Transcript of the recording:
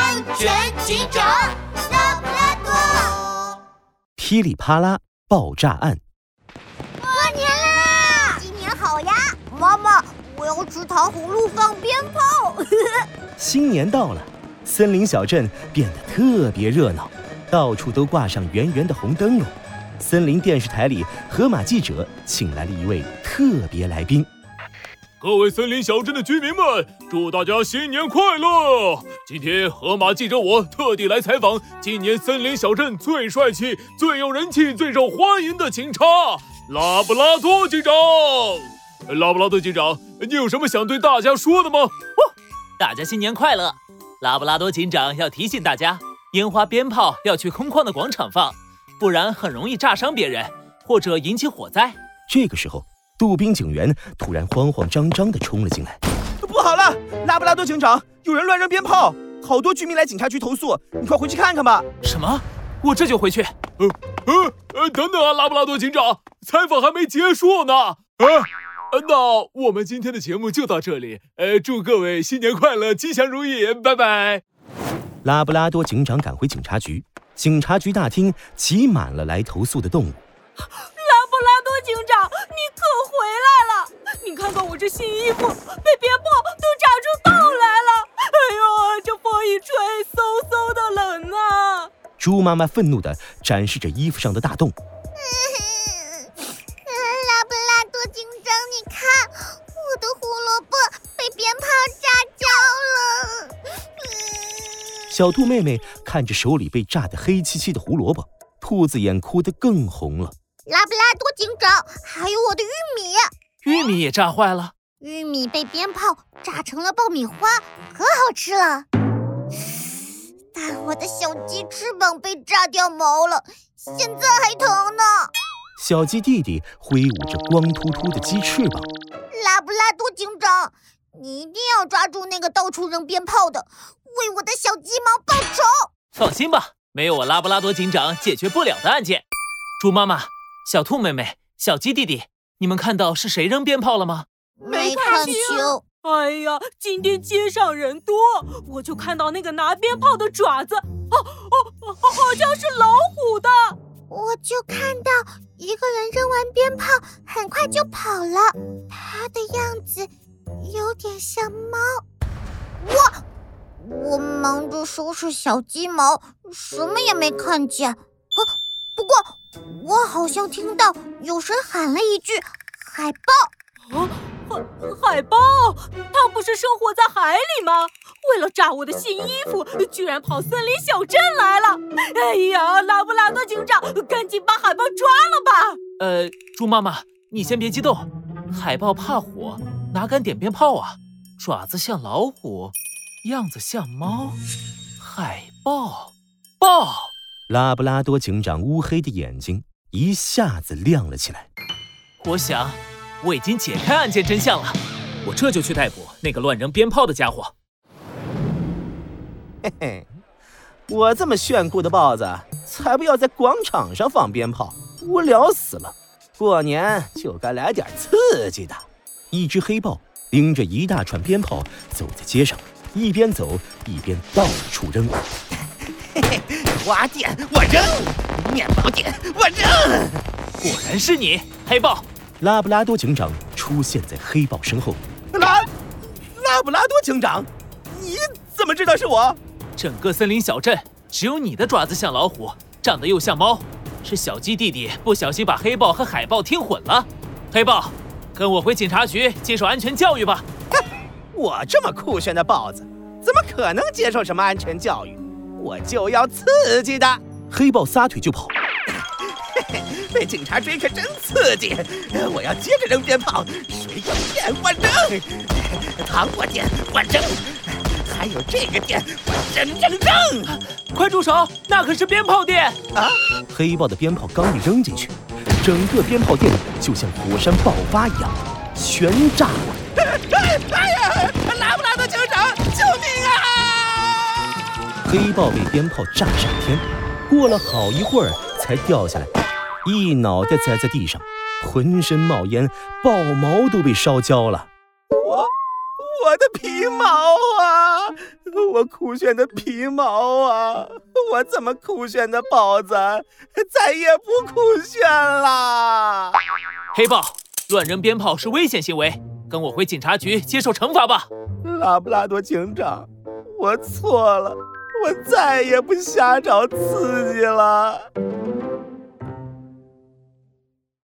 安全警长拉布拉多。 噼里啪啦爆炸案。 过年啦！新年好呀！妈妈，我要吃糖葫芦放鞭炮。 新年到了，森林小镇变得特别热闹，到处都挂上圆圆的红灯笼。森林电视台里，河马记者请来了一位特别来宾。 各位森林小镇的居民们，祝大家新年快乐！今天河马记者我特地来采访今年森林小镇最帅气、最有人气、最受欢迎的警察拉布拉多警长。拉布拉多警长，你有什么想对大家说的吗？ 大家新年快乐！拉布拉多警长要提醒大家，烟花鞭炮要去空旷的广场放，不然很容易炸伤别人，或者引起火灾。 这个时候，杜宾警员突然慌慌张张地冲了进来。 不好了，拉布拉多警长，有人乱扔鞭炮，好多居民来警察局投诉，你快回去看看吧。 什么？我这就回去。 等等啊，拉布拉多警长，采访还没结束呢。那我们今天的节目就到这里。祝各位新年快乐，吉祥如意，拜拜。 拉布拉多警长赶回警察局，警察局大厅挤满了来投诉的动物。 拉布拉多警长，你可回来了！你看看我这新衣服，被鞭炮都炸出洞来了！哎呦，这风一吹，嗖嗖的冷啊！ 猪妈妈愤怒地展示着衣服上的大洞。 拉布拉多警长，你看，我的胡萝卜被鞭炮炸焦了。 小兔妹妹看着手里被炸得黑漆漆的胡萝卜，兔子眼哭得更红了。 拉布拉多警长，还有我的玉米。 玉米也炸坏了。 玉米被鞭炮炸成了爆米花，可好吃了。但我的小鸡翅膀被炸掉毛了，现在还疼呢。 小鸡弟弟挥舞着光秃秃的鸡翅膀。 拉布拉多警长，你一定要抓住那个到处扔鞭炮的，为我的小鸡毛报仇。 放心吧，没有我拉布拉多警长解决不了的案件。猪妈妈、小兔妹妹、小鸡弟弟，你们看到是谁扔鞭炮了吗？ 没看清。 哎呀，今天街上人多，我就看到那个拿鞭炮的爪子，好像是老虎的。 我就看到一个人扔完鞭炮，很快就跑了，他的样子有点像猫。我忙着收拾小鸡毛，什么也没看见。不过我好像听到有谁喊了一句“海豹”。 海豹？它不是生活在海里吗？为了炸我的新衣服，居然跑森林小镇来了！哎呀，拉布拉多警长，赶紧把海豹抓了吧！ 猪妈妈，你先别激动。海豹怕火，哪敢点鞭炮啊？爪子像老虎，样子像猫。海豹，豹！ 拉布拉多警长乌黑的眼睛一下子亮了起来。 我想我已经解开案件真相了，我这就去逮捕那个乱扔鞭炮的家伙。 嘿嘿，我这么炫酷的豹子，才不要在广场上放鞭炮，无聊死了。过年就该来点刺激的。 一只黑豹拎着一大串鞭炮走在街上，一边走一边到处扔。 嘿嘿，花店我扔，面包店我扔。 果然是你，黑豹！ 拉布拉多警长出现在黑豹身后。 拉布拉多警长，你怎么知道是我？ 整个森林小镇只有你的爪子像老虎，长得又像猫，是小鸡弟弟不小心把黑豹和海豹听混了。黑豹，跟我回警察局接受安全教育吧。 我这么酷炫的豹子，怎么可能接受什么安全教育？我就要刺激的。 黑豹撒腿就跑。 被警察追可真刺激！我要接着扔鞭炮，水果店我扔，糖果店我扔，还有这个店我扔！ 快住手！那可是鞭炮店啊！ 黑豹的鞭炮刚一扔进去，整个鞭炮店就像火山爆发一样全炸了。 哎呀！拉布拉多警长，救命啊！ 黑豹被鞭炮炸上天，过了好一会儿才掉下来，一脑袋栽在地上，浑身冒烟，豹毛都被烧焦了。 我的皮毛啊！我酷炫的皮毛啊！我这么酷炫的豹子，再也不酷炫啦！ 黑豹，乱扔鞭炮是危险行为，跟我回警察局接受惩罚吧。 拉布拉多警长，我错了，我再也不瞎找刺激了。